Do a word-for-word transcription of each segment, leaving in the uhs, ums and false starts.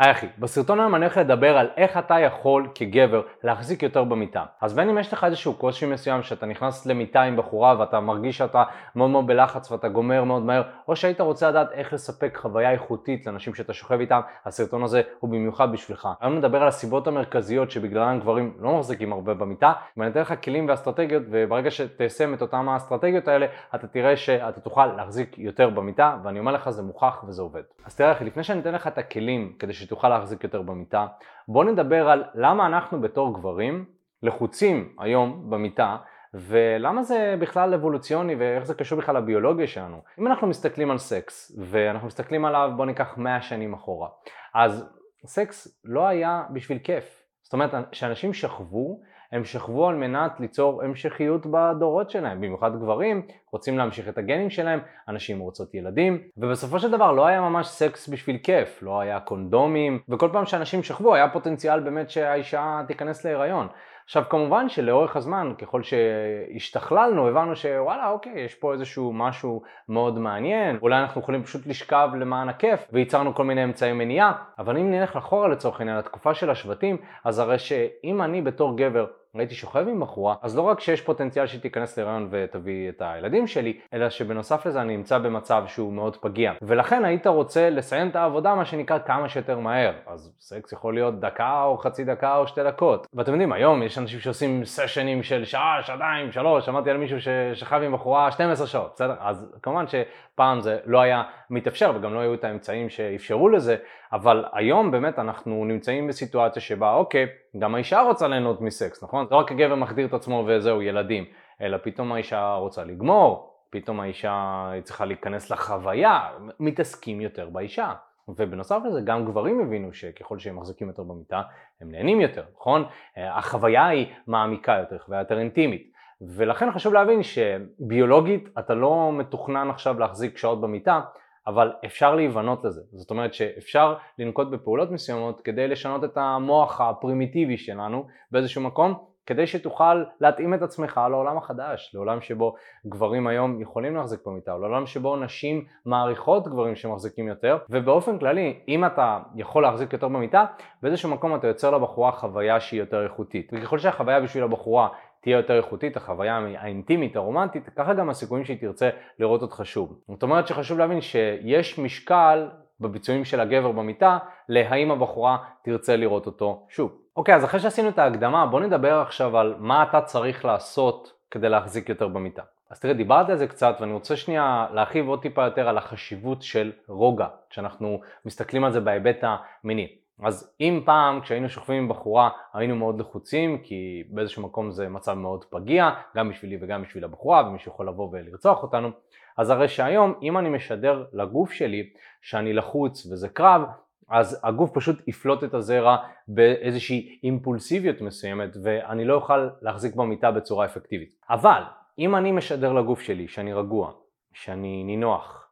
היי אחי, בסרטון היום אני הולך לדבר על איך אתה יכול כגבר להחזיק יותר במיטה. אז בין אם יש לך איזשהו קושי מסוים שאתה נכנס למיטה עם בחורה ואתה מרגיש שאתה מאוד מאוד בלחץ ואתה גומר מאוד מהר, או שהיית רוצה לדעת איך לספק חוויה איכותית לאנשים שאתה שוכב איתם, הסרטון הזה הוא במיוחד בשבילך. היום נדבר על הסיבות המרכזיות שבגללן גברים לא מחזיקים הרבה במיטה, ואני אתן לך כלים ואסטרטגיות, וברגע שתיישם את אותם האסטרטגיות האלה אתה תראה שאתה תוכל להחזיק יותר במיטה, ואני אומר לך זה מוכח וזה עובד. אז תראה אחי, לפני שאני אתן לך את הכלים כדי שתוכל להחזיק יותר במיטה, בוא נדבר על למה אנחנו בתור גברים לחוצים היום במיטה, ולמה זה בכלל אבולוציוני ואיך זה קשור בכלל לביולוגיה שלנו. אם אנחנו מסתכלים על סקס ואנחנו מסתכלים עליו, בוא ניקח מאה שנים אחורה, אז סקס לא היה בשביל כיף. זאת אומרת שאנשים שכבו, הם שכבו על מנת ליצור המשכיות בדורות שלהם, במיוחד גברים רוצים להמשיך את הגנים שלהם, אנשים רוצות ילדים, ובסופו של דבר לא היה ממש סקס בשביל כיף, לא היה קונדומים, וכל פעם שאנשים שכבו היה פוטנציאל באמת שהאישה תיכנס להיריון. עכשיו כמובן שלאורך הזמן ככל שהשתכללנו הבנו שוואלה אוקיי יש פה איזשהו משהו מאוד מעניין, אולי אנחנו יכולים פשוט לשכב למען הכיף וייצרנו כל מיני אמצעי מניעה. אבל אם נלך לחורה לצורך העניין לתקופה של השבטים, אז הרי שאם אני בתור גבר ראיתי שוכב עם בחורה, אז לא רק שיש פוטנציאל שהיא תיכנס להיריון ותביא את הילדים שלי, אלא שבנוסף לזה אני נמצא במצב שהוא מאוד פגיע. ולכן היית רוצה לסיים את העבודה מה שנקרא כמה שיותר מהר. אז סקס יכול להיות דקה או חצי דקה או שתי דקות. ואתם יודעים, היום יש אנשים שעושים סשנים של שעה, שעתיים, שלוש, שמעתי על מישהו ששכב עם בחורה שתים עשרה שעות, בסדר? אז כמובן שפעם זה לא היה מתאפשר וגם לא היו את האמצעים שאפשרו לזה, אבל היום באמת אנחנו נמצאים בסיטואציה שבה אוקיי, גם האישה רוצה ליהנות מסקס, נכון? לא רק הגבר מחדיר את עצמו וזהו ילדים, אלא פתאום האישה רוצה לגמור, פתאום האישה צריכה להיכנס לחוויה, מתעסקים יותר באישה. ובנוסף לזה גם גברים הבינו שככל שהם מחזיקים יותר במיטה הם נהנים יותר, נכון? החוויה היא מעמיקה יותר, חוויה יותר אינטימית. ולכן חשוב להבין שביולוגית אתה לא מתוכנן עכשיו להחזיק שעות במיטה, אבל אפשר להיבנות לזה. זאת אומרת שאפשר לנקוט בפעולות מסוימות כדי לשנות את המוח הפרימיטיבי שלנו באיזשהו מקום, כדי שתוכל להתאים את עצמך לעולם החדש, לעולם שבו גברים היום יכולים להחזיק במיטה, או לעולם שבו נשים מעריכות גברים שמחזיקים יותר. ובאופן כללי, אם אתה יכול להחזיק יותר במיטה, באיזשהו מקום אתה יוצר לבחורה חוויה שהיא יותר איכותית. וככל שהחוויה בשביל הבחורה תהיה יותר איכותית, החוויה האינטימית, הרומנטית, ככה גם הסיכויים שהיא תרצה לראות אותך שוב. זאת אומרת שחשוב להבין שיש משקל בביצועים של הגבר במיטה, להאם הבחורה תרצה לראות אותו שוב. אוקיי, אז אחרי שעשינו את ההקדמה, בוא נדבר עכשיו על מה אתה צריך לעשות כדי להחזיק יותר במיטה. אז תראה, דיברתי על זה קצת ואני רוצה שנייה להרחיב עוד טיפה יותר על החשיבות של רוגע, כשאנחנו מסתכלים על זה בהיבט המיני. אז אם פעם כשהיינו שוכבים עם בחורה היינו מאוד לחוצים, כי באיזשהו מקום זה מצב מאוד פגיע, גם בשבילי וגם בשביל הבחורה, ומישהו יכול לבוא ולרצוח אותנו, אז הרי שהיום אם אני משדר לגוף שלי שאני לחוץ וזה קרב, אז הגוף פשוט יפלוט את הזרע באיזושהי אימפולסיביות מסוימת, ואני לא אוכל להחזיק במיטה בצורה אפקטיבית. אבל אם אני משדר לגוף שלי שאני רגוע, שאני נינוח,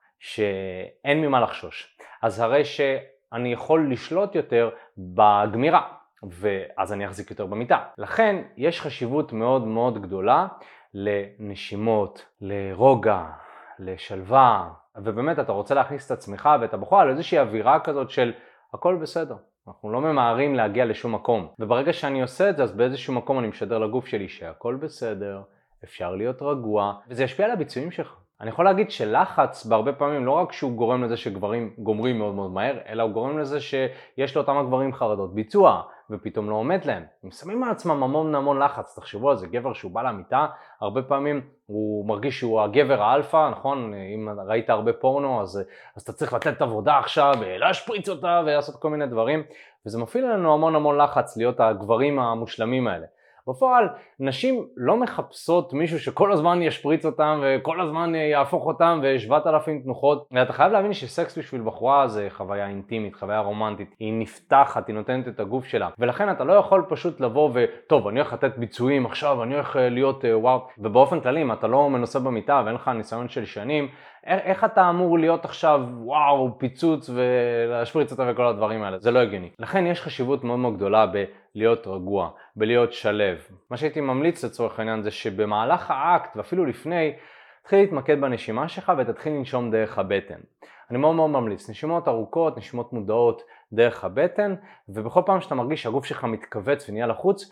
שאין ממה לחשוש, אז הרי ש... אני יכול לשלוט יותר בגמירה, ואז אני אחזיק יותר במיטה. לכן יש חשיבות מאוד מאוד גדולה לנשימות, לרוגע, לשלווה, ובאמת אתה רוצה להכניס את עצמך ואת הבחורה לאיזושהי אווירה כזאת של הכל בסדר. אנחנו לא ממהרים להגיע לשום מקום. וברגע שאני עושה את זה, אז באיזשהו מקום אני משדר לגוף שלי שהכל בסדר, אפשר להיות רגוע, וזה ישפיע על הביצועים שלך. אני יכול להגיד שלחץ בהרבה פעמים לא רק שהוא גורם לזה שגברים גומרים מאוד מאוד מהר, אלא הוא גורם לזה שיש לאותם הגברים חרדות ביצוע, ופתאום לא עומד להם. הם שמים על עצמם המון המון לחץ. תחשבו על זה, גבר שהוא בא למיטה, הרבה פעמים הוא מרגיש שהוא הגבר האלפא, נכון? אם ראית הרבה פורנו, אז, אז אתה צריך לתת עבודה עכשיו, להשפריץ אותה ולעשות כל מיני דברים, וזה מפעיל לנו המון המון לחץ להיות הגברים המושלמים האלה. בפועל, נשים לא מחפשות מישהו שכל הזמן ישפריץ אותם וכל הזמן יהפוך אותם ושבעת אלפים תנוחות. ואתה חייב להבין שסקס בשביל בחורה זה חוויה אינטימית, חוויה רומנטית, היא נפתחת, היא נותנת את הגוף שלה. ולכן אתה לא יכול פשוט לבוא וטוב, אני הולך לתת ביצועים עכשיו, אני הולך להיות וואו. ובאופן כללי, אם אתה לא מנוסה במיטה ואין לך ניסיון של שנים, איך אתה אמור להיות עכשיו וואו פיצוץ ולהשפריץ אותה וכל הדברים האלה? זה לא הגיוני. לכן יש חשיבות מאוד מאוד גדולה בלהיות רגוע, בלהיות שלב. מה שהייתי ממליץ לצורך העניין זה שבמהלך האקט ואפילו לפני, תתחיל להתמקד בנשימה שלך ותתחיל לנשום דרך הבטן. אני מאוד מאוד ממליץ, נשימות ארוכות, נשימות מודעות, דרך הבטן, ובכל פעם שאתה מרגיש שהגוף שלך מתכווץ ונהיה לחוץ,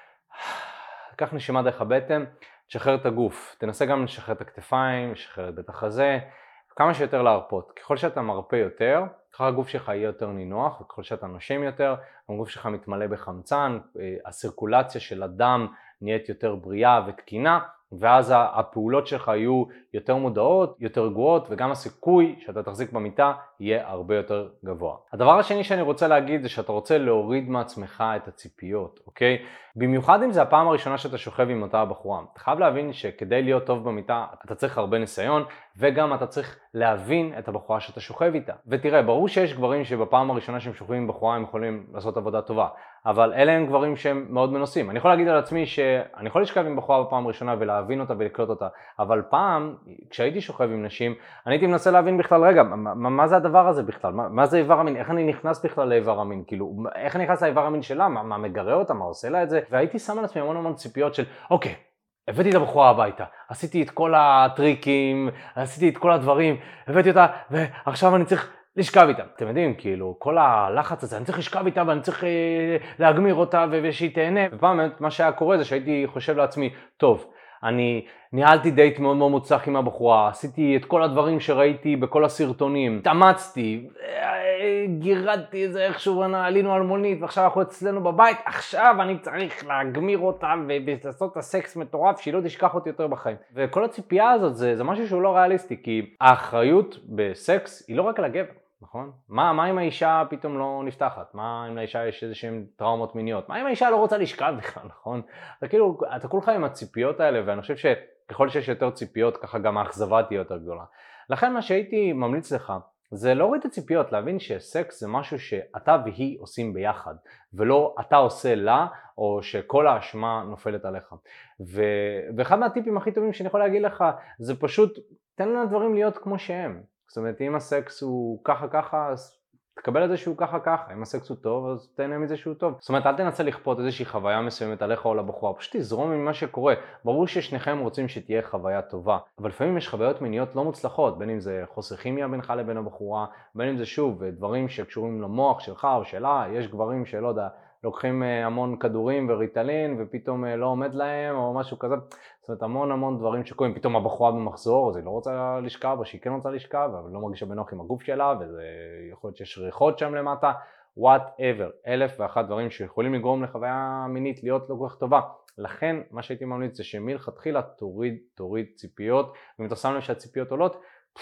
קח נשימה דרך הבטן, תשחרר את הגוף, תנסה גם לשחרר את הכתפיים, לשחרר את בית החזה, כמה שיותר להרפות. ככל שאתה מרפא יותר, ככה הגוף שלך יהיה יותר נינוח, וככל שאתה נושם יותר, הגוף שלך מתמלא בחמצן, הסירקולציה של הדם נהיית יותר בריאה ותקינה, ואז הפעולות שלך יהיו יותר מודעות, יותר גרועות, וגם הסיכוי שאתה תחזיק במיטה יהיה הרבה יותר גבוה. הדבר השני שאני רוצה להגיד זה שאתה רוצה להוריד מעצמך את הציפיות, אוקיי? במיוחד אם זה הפעם הראשונה שאתה שוכב עם אותה הבחורה. אתה חייב להבין שכדי להיות טוב במיטה אתה צריך הרבה ניסיון, וגם אתה צריך להבין את הבחורה שאתה שוכב איתה. ותראה, ברור שיש גברים שבפעם הראשונה שהם שוכבים עם בחורה הם יכולים לעשות עבודה טובה, אבל אלה הם גברים שהם מאוד מנוסים. אני יכול להגיד על עצמי שאני יכול לשכב עם בחורה בפעם הראשונה ולהבין אותה ולקלוט אותה, אבל פעם, כשהייתי שוכב עם נשים, אני הייתי מנסה להבין בכלל, רגע, מה, מה זה הדבר הזה בכלל? מה, מה זה איבר המין? איך אני נכנס בכלל לאיבר המין? כאילו, איך אני נכנס לאיבר המין שלה? מה, מה מגרה אותה? מה עושה לה את זה? והייתי שם על עצמי המון המון ציפיות של, אוקיי, הבאתי את הבחורה הביתה, עשיתי את כל הטריקים, עשיתי את כל הדברים, הבאתי אותה, ועכשיו אני צריך לשכב איתה. אתם יודעים, כאילו, כל הלחץ הזה, אני צריך לשכב איתה ואני צריך אה, להגמיר אותה ושהיא תהנה. ופעם מה שהיה קורה זה שהייתי חושב לעצמי, טוב, אני ניהלתי דייט מאוד מאוד מוצלח עם הבחורה, עשיתי את כל הדברים שראיתי בכל הסרטונים, התאמצתי, גירדתי איזה איכשהו, עלינו על מונית ועכשיו אנחנו אצלנו בבית, עכשיו אני צריך להגמיר אותה ולעשות את הסקס מטורף שהיא לא תשכח אותי יותר בחיים. וכל הציפייה הזאת זה, זה משהו שהוא לא ריאליסטי, כי האחריות בסקס היא לא רק על הגבר. נכון? מה, מה אם האישה פתאום לא נפתחת? מה אם לאישה יש איזה שהן טראומות מיניות? מה אם האישה לא רוצה לשכב בכלל, נכון? אתה כאילו, אתה כולך עם הציפיות האלה, ואני חושב שככל שיש יותר ציפיות, ככה גם האכזבה תהיה יותר גדולה. לכן מה שהייתי ממליץ לך, זה להוריד את הציפיות, להבין שסקס זה משהו שאתה והיא עושים ביחד, ולא אתה עושה לה, או שכל האשמה נופלת עליך. ו... ואחד מהטיפים הכי טובים שאני יכול להגיד לך, זה פשוט, תן לנו דברים להיות כמו שהם. זאת אומרת, אם הסקס הוא ככה ככה, אז תקבל את זה שהוא ככה ככה. אם הסקס הוא טוב, אז תהנה מזה שהוא טוב. זאת אומרת, אל תנסה לכפות איזושהי חוויה מסוימת עליך או לבחורה, פשוט תזרום ממה שקורה. ברור ששניכם רוצים שתהיה חוויה טובה, אבל לפעמים יש חוויות מיניות לא מוצלחות, בין אם זה חוסר כימיה בינך לבין הבחורה, בין אם זה שוב דברים שקשורים למוח שלך או שלה. יש גברים שלא יודע, לוקחים המון כדורים וריטלין ופתאום לא עומד להם או משהו כזה. זאת אומרת, המון המון דברים שקורים, פתאום הבחורה במחזור, אז היא לא רוצה לשכב, או שהיא כן רוצה לשכב, אבל לא מרגישה בנוח עם הגוף שלה, וזה יכול להיות שיש ריחות שם למטה, whatever, אלף ואחת דברים שיכולים לגרום לחוויה מינית להיות לא כל כך טובה. לכן, מה שהייתי ממליץ זה שמלכתחילה תוריד, תוריד ציפיות, ואם אתה שם לב שהציפיות עולות,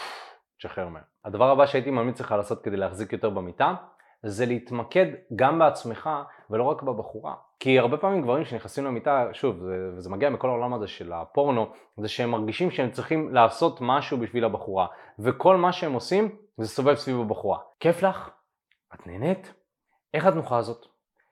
תשחרר מהר. הדבר הבא שהייתי ממליץ לך לעשות כדי להחזיק יותר במיטה, זה להתמקד גם בעצמך ולא רק בבחורה. כי הרבה פעמים גברים שנכנסים למיטה, שוב, זה, וזה מגיע מכל העולם הזה של הפורנו, זה שהם מרגישים שהם צריכים לעשות משהו בשביל הבחורה, וכל מה שהם עושים זה סובב סביב הבחורה. כיף לך? את נהנית? איך את נוחה הזאת?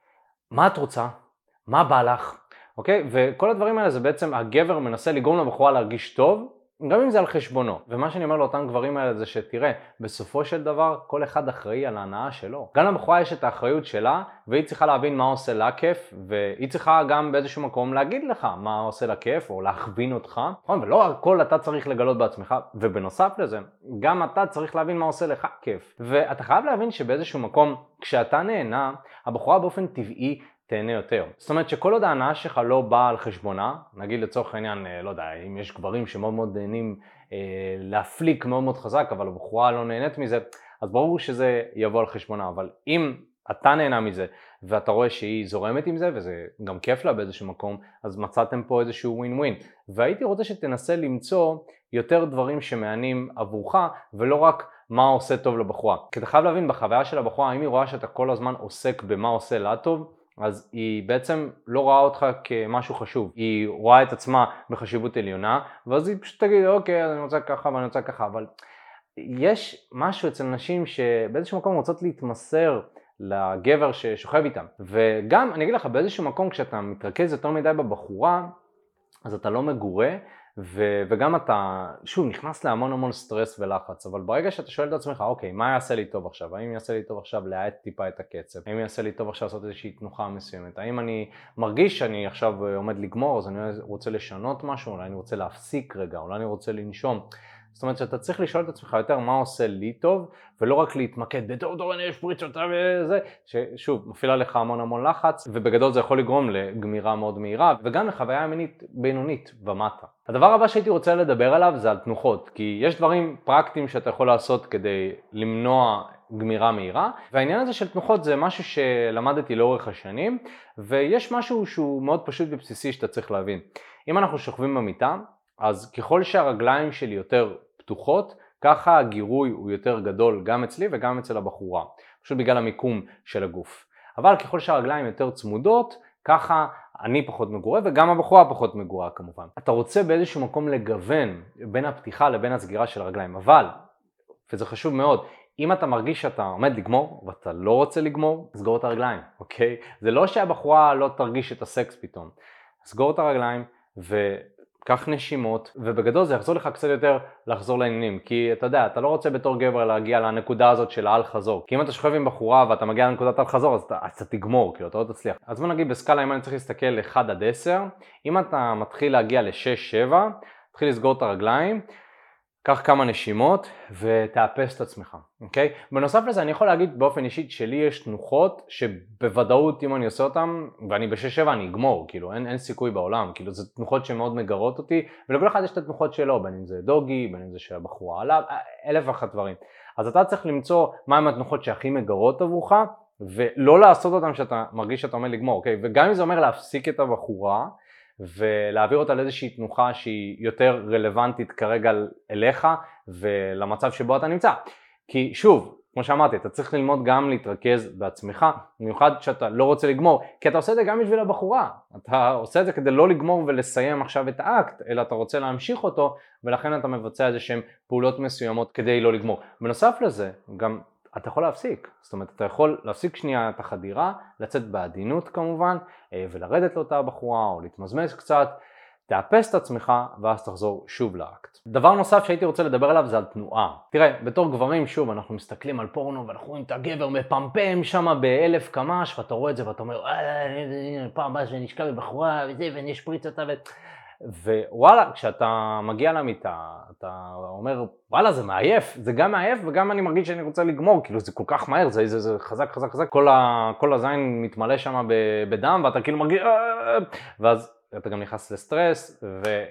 מה את רוצה? מה בא לך? אוקיי? וכל הדברים האלה זה בעצם הגבר מנסה לגרום לבחורה להרגיש טוב, גם אם זה על חשבונו. ומה שאני אומר לאותם גברים האלה זה שתראה, בסופו של דבר כל אחד אחראי על ההנאה שלו. גם לבחורה יש את האחריות שלה, והיא צריכה להבין מה עושה לה כיף, והיא צריכה גם באיזשהו מקום להגיד לך מה עושה לה כיף, או להכווין אותך. ולא הכל אתה צריך לגלות בעצמך, ובנוסף לזה, גם אתה צריך להבין מה עושה לך כיף. ואתה חייב להבין שבאיזשהו מקום, כשאתה נהנה, הבחורה באופן טבעי תהנה יותר. זאת אומרת שכל עוד ההנאה שלך לא באה על חשבונה, נגיד לצורך העניין, לא יודע, אם יש גברים שמאוד מאוד נהנים אה, להפליק מאוד מאוד חזק, אבל הבחורה לא נהנית מזה, אז ברור שזה יבוא על חשבונה. אבל אם אתה נהנה מזה, ואתה רואה שהיא זורמת עם זה, וזה גם כיף לה באיזשהו מקום, אז מצאתם פה איזשהו ווין ווין. והייתי רוצה שתנסה למצוא יותר דברים שמעניינים עבורך, ולא רק מה עושה טוב לבחורה. כי אתה חייב להבין בחוויה של הבחורה, אם היא רואה שאתה כל הזמן עוסק במה עושה לה טוב, אז היא בעצם לא רואה אותך כמשהו חשוב, היא רואה את עצמה בחשיבות עליונה, ואז היא פשוט תגיד, אוקיי, אני רוצה ככה ואני רוצה ככה, אבל יש משהו אצל נשים שבאיזשהו מקום רוצות להתמסר לגבר ששוכב איתם, וגם, אני אגיד לך, באיזשהו מקום כשאתה מתרכז יותר מדי בבחורה, אז אתה לא מגורה, ו- וגם אתה, שוב, נכנס להמון המון סטרס ולחץ, אבל ברגע שאתה שואל את עצמך, אוקיי, מה יעשה לי טוב עכשיו? האם יעשה לי טוב עכשיו להאט טיפה את הקצב? האם יעשה לי טוב עכשיו לעשות איזושהי תנוחה מסוימת? האם אני מרגיש שאני עכשיו עומד לגמור, אז אני רוצה לשנות משהו? אולי אני רוצה להפסיק רגע, אולי אני רוצה לנשום? זאת אומרת שאתה צריך לשאול את עצמך יותר מה עושה לי טוב, ולא רק להתמקד בטוב טוב אני אשפריץ אותה וזה, ששוב מפעילה לך המון המון לחץ, ובגדול זה יכול לגרום לגמירה מאוד מהירה, וגם לחוויה מינית בינונית ומטה. הדבר הבא שהייתי רוצה לדבר עליו זה על תנוחות, כי יש דברים פרקטיים שאתה יכול לעשות כדי למנוע גמירה מהירה, והעניין הזה של תנוחות זה משהו שלמדתי לאורך השנים, ויש משהו שהוא מאוד פשוט ובסיסי שאתה צריך להבין. אם אנחנו שוכבים במיטה, אז ככל שהרגליים שלי יותר פתוחות, ככה הגירוי הוא יותר גדול גם אצלי וגם אצל הבחורה, פשוט בגלל המיקום של הגוף. אבל ככל שהרגליים יותר צמודות, ככה אני פחות מגורה וגם הבחורה פחות מגורה כמובן. אתה רוצה באיזשהו מקום לגוון בין הפתיחה לבין הסגירה של הרגליים, אבל, וזה חשוב מאוד, אם אתה מרגיש שאתה עומד לגמור ואתה לא רוצה לגמור, סגור את הרגליים, אוקיי? זה לא שהבחורה לא תרגיש את הסקס פתאום. סגור את הרגליים וקח נשימות, ובגדול זה יחזור לך קצת יותר לחזור לעניינים, כי אתה יודע, אתה לא רוצה בתור גבר להגיע לנקודה הזאת של העל חזור, כי אם אתה שוכב עם בחורה ואתה מגיע לנקודת העל חזור, אז אתה, אז אתה תגמור, כאילו אתה לא תצליח. אז בוא נגיד בסקאלה, אם אני צריך להסתכל אחד עד עשר, אם אתה מתחיל להגיע ל-שש שבע, תתחיל לסגור את הרגליים, קח כמה נשימות ותאפס את עצמך, אוקיי? בנוסף לזה אני יכול להגיד באופן אישית שלי יש תנוחות שבוודאות אם אני עושה אותן ואני בשש שבע אני אגמור, כאילו אין, אין סיכוי בעולם, כאילו זה תנוחות שמאוד מגרות אותי, ולכל אחד יש את התנוחות שלו, בין אם זה דוגי, בין אם זה שהבחורה עליו, אלף ואחת דברים. אז אתה צריך למצוא מהם התנוחות שהכי מגרות עבורך, ולא לעשות אותם שאתה מרגיש שאתה עומד לגמור, אוקיי? וגם אם זה אומר להפסיק את הבחורה, ולהעביר אותה לאיזושהי תנוחה שהיא יותר רלוונטית כרגע אליך ולמצב שבו אתה נמצא. כי שוב, כמו שאמרתי, אתה צריך ללמוד גם להתרכז בעצמך, במיוחד שאתה לא רוצה לגמור, כי אתה עושה את זה גם בשביל הבחורה. אתה עושה את זה כדי לא לגמור ולסיים עכשיו את האקט, אלא אתה רוצה להמשיך אותו, ולכן אתה מבצע איזה שהן פעולות מסוימות כדי לא לגמור. בנוסף לזה, גם אתה יכול להפסיק, זאת אומרת אתה יכול להפסיק שנייה את החדירה, לצאת בעדינות כמובן, ולרדת לאותה בחורה או להתמזמז קצת, תאפס את עצמך ואז תחזור שוב לאקט. דבר נוסף שהייתי רוצה לדבר עליו זה על תנועה. תראה, בתור גברים שוב אנחנו מסתכלים על פורנו ואנחנו רואים את הגבר מפמפם שם באלף קמ"ש ואתה רואה את זה ואתה אומר פעם הבאה שנשכב בבחורה וזה ונשפריץ אותה ו... ווואלה, כשאתה מגיע למיטה, אתה אומר, וואלה, זה מעייף, זה גם מעייף וגם אני מרגיש שאני רוצה לגמור, כאילו זה כל כך מהר, זה, זה, זה חזק, חזק, חזק, כל, ה, כל הזין מתמלא שם בדם ואתה כאילו מרגיש, ואז אתה גם נכנס לסטרס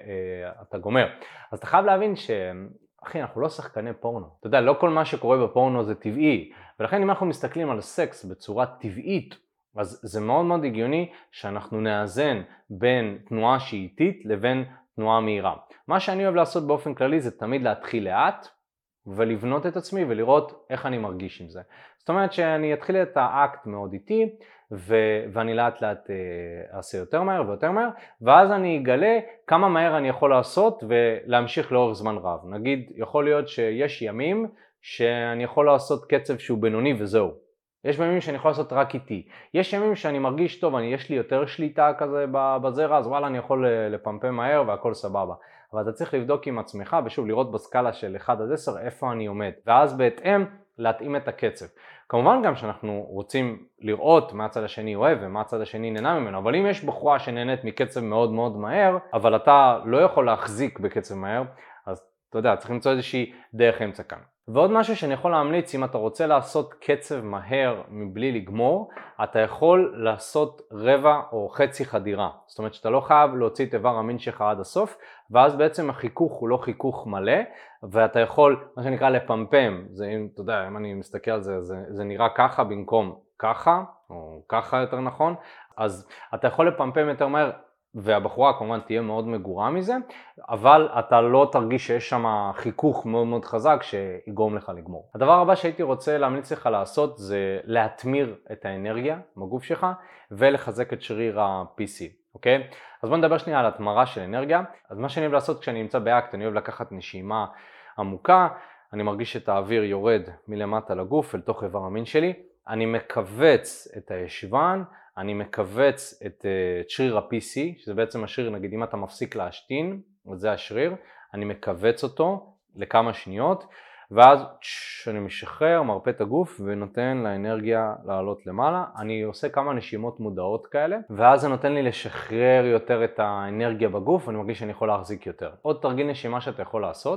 ואתה גומר. אז אתה חייב להבין ש... אחי, אנחנו לא שחקני פורנו. אתה יודע, לא כל מה שקורה בפורנו זה טבעי, ולכן אם אנחנו מסתכלים על סקס בצורה טבעית, אז זה מאוד מאוד הגיוני שאנחנו נאזן בין תנועה שהיא איטית לבין תנועה מהירה. מה שאני אוהב לעשות באופן כללי זה תמיד להתחיל לאט ולבנות את עצמי ולראות איך אני מרגיש עם זה. זאת אומרת שאני אתחיל את האקט מאוד איטי ו- ואני לאט לאט אה, אעשה יותר מהר ויותר מהר, ואז אני אגלה כמה מהר אני יכול לעשות ולהמשיך לאורך זמן רב. נגיד יכול להיות שיש ימים שאני יכול לעשות קצב שהוא בינוני וזהו. יש ימים שאני יכול לעשות רק איתי, יש ימים שאני מרגיש טוב, אני, יש לי יותר שליטה כזה בזרע, אז וואלה אני יכול לפמפם מהר והכל סבבה. אבל אתה צריך לבדוק עם עצמך ושוב לראות בסקאלה של אחד עד עשר איפה אני עומד, ואז בהתאם להתאים את הקצב. כמובן גם שאנחנו רוצים לראות מה הצד השני אוהב ומה הצד השני נהנה ממנו, אבל אם יש בחורה שנהנית מקצב מאוד מאוד מהר, אבל אתה לא יכול להחזיק בקצב מהר, אז אתה יודע, צריך למצוא איזושהי דרך אמצע כאן. ועוד משהו שאני יכול להמליץ, אם אתה רוצה לעשות קצב מהר מבלי לגמור, אתה יכול לעשות רבע או חצי חדירה. זאת אומרת שאתה לא חייב להוציא את איבר המין שלך עד הסוף, ואז בעצם החיכוך הוא לא חיכוך מלא, ואתה יכול, מה שנקרא, לפמפם. זה, אם, אתה יודע, אם אני מסתכל על זה, זה, זה נראה ככה במקום ככה, או ככה יותר נכון, אז אתה יכול לפמפם יותר מהר, והבחורה כמובן תהיה מאוד מגורה מזה, אבל אתה לא תרגיש שיש שם חיכוך מאוד מאוד חזק שיגרום לך לגמור. הדבר הבא שהייתי רוצה להמליץ לך לעשות זה להתמיר את האנרגיה בגוף שלך ולחזק את שריר ה-פי סי, אוקיי? אז בוא נדבר שנייה על התמרה של אנרגיה. אז מה שאני אוהב לעשות כשאני נמצא באקט, אני אוהב לקחת נשימה עמוקה, אני מרגיש את האוויר יורד מלמטה לגוף אל תוך איבר המין שלי, אני מכווץ את הישבן, אני מכווץ את, את שריר ה-פי סי, שזה בעצם השריר, נגיד אם אתה מפסיק להשתין, זה השריר, אני מכווץ אותו לכמה שניות, ואז אני משחרר, מרפא את הגוף ונותן לאנרגיה לעלות למעלה. אני עושה כמה נשימות מודעות כאלה, ואז זה נותן לי לשחרר יותר את האנרגיה בגוף, ואני מרגיש שאני יכול להחזיק יותר. עוד תרגיל נשימה שאתה יכול לעשות,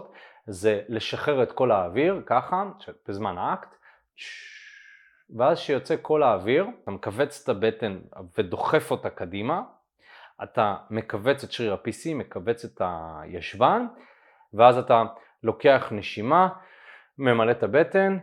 זה לשחרר את כל האוויר, ככה, בזמן האקט, ואז שיוצא כל האוויר, אתה מכווץ את הבטן ודוחף אותה קדימה, אתה מכווץ את שריר ה-פי סי, מכווץ את הישבן, ואז אתה לוקח נשימה, ממלא את הבטן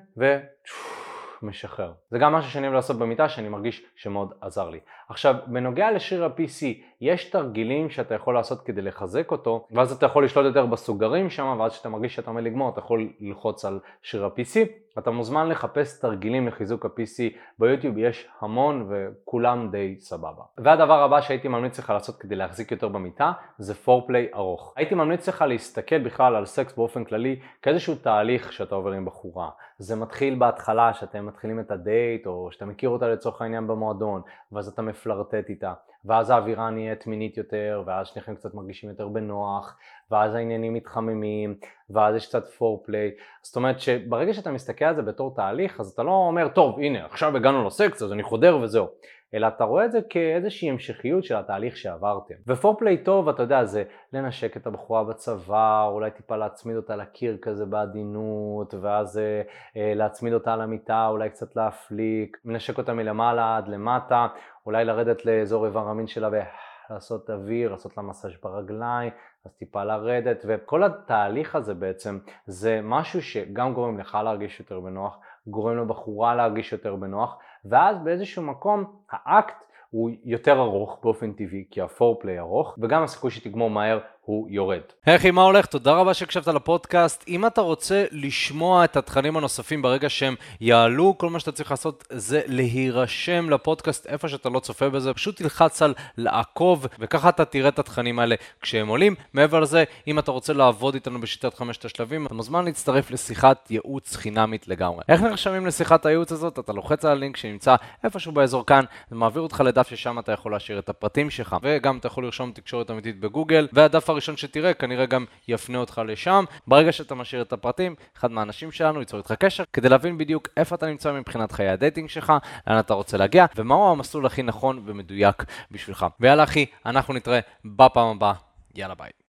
ומשחרר. זה גם משהו שאני אוהב לעשות במיטה שאני מרגיש שמאוד עזר לי. עכשיו, בנוגע לשריר ה-פי סי, יש תרגילים שאתה יכול לעשות כדי לחזק אותו, ואז אתה יכול לשלוט יותר בסוגרים שם, ואז שאתה מרגיש שאתה עומד לגמור, אתה יכול ללחוץ על שריר ה-פי סי. אתה מוזמן לחפש תרגילים לחיזוק ה-פי סי ביוטיוב, יש המון וכולם די סבבה. והדבר הבא שהייתי ממליץ לך לעשות כדי להחזיק יותר במיטה, זה פורפליי ארוך. הייתי ממליץ לך להסתכל בכלל על סקס באופן כללי כאיזשהו תהליך שאתה עובר עם בחורה. זה מתחיל בהתחלה שאתם מתחילים את הדייט, או שאתה מכיר אותה לצורך העניין במועדון, ואז אתה מפלרטט איתה, ואז האווירה נהיית מינית יותר, ואז שניכם קצת מרגישים יותר בנוח, ואז העניינים מתחממים, ואז יש קצת פורפליי. זאת אומרת שברגע שאתה מסתכל על זה בתור תהליך, אז אתה לא אומר, טוב, הנה, עכשיו הגענו לסקס, אז אני חודר וזהו. אלא אתה רואה את זה כאיזושהי המשכיות של התהליך שעברתם. ופורפליי טוב, אתה יודע, זה לנשק את הבחורה בצוואר, אולי טיפה להצמיד אותה לקיר כזה בעדינות, ואז אה, להצמיד אותה על המיטה, אולי קצת להפליק, לנשק אותה מלמעלה עד למטה, אולי לרדת לאזור איבר המין שלה ולעשות אוויר, לעשות לה מסאז' ברגליים, אז טיפה לרדת, וכל התהליך הזה בעצם זה משהו שגם גורם לך להרגיש יותר בנוח, גורם לבחורה להרגיש יותר בנוח, ואז באיזשהו מקום האקט הוא יותר ארוך באופן טבעי, כי הפורפליי ארוך, וגם הסיכוי שתגמור מהר הוא יורד. היי אחי, מה הולך? תודה רבה שהקשבת לפודקאסט. אם אתה רוצה לשמוע את התכנים הנוספים ברגע שהם יעלו, כל מה שאתה צריך לעשות זה להירשם לפודקאסט איפה שאתה לא צופה בזה, פשוט תלחץ על לעקוב, וככה אתה תראה את התכנים האלה כשהם עולים. מעבר לזה, אם אתה רוצה לעבוד איתנו בשיטת חמשת השלבים, אתה מוזמן להצטרף לשיחת ייעוץ חינמית לגמרי. איך נרשמים לשיחת הייעוץ הזאת? אתה לוחץ על הלינק שנמצא איפשהו באזור כאן, זה מעביר אותך לדף ששם אתה יכול להשאיר את הפרטים שלך, וגם אתה יכול לרשום תקשורת אמיתית בגוגל, והדף הראשון שתראה כנראה גם יפנה אותך לשם. ברגע שאתה משאיר את הפרטים, אחד מהאנשים שלנו ייצור איתך קשר כדי להבין בדיוק איפה אתה נמצא מבחינת חיי הדייטינג שלך, לאן אתה רוצה להגיע, ומהו המסלול הכי נכון ומדויק בשבילך. ויאללה אחי, אנחנו נתראה בפעם הבאה. יאללה ביי.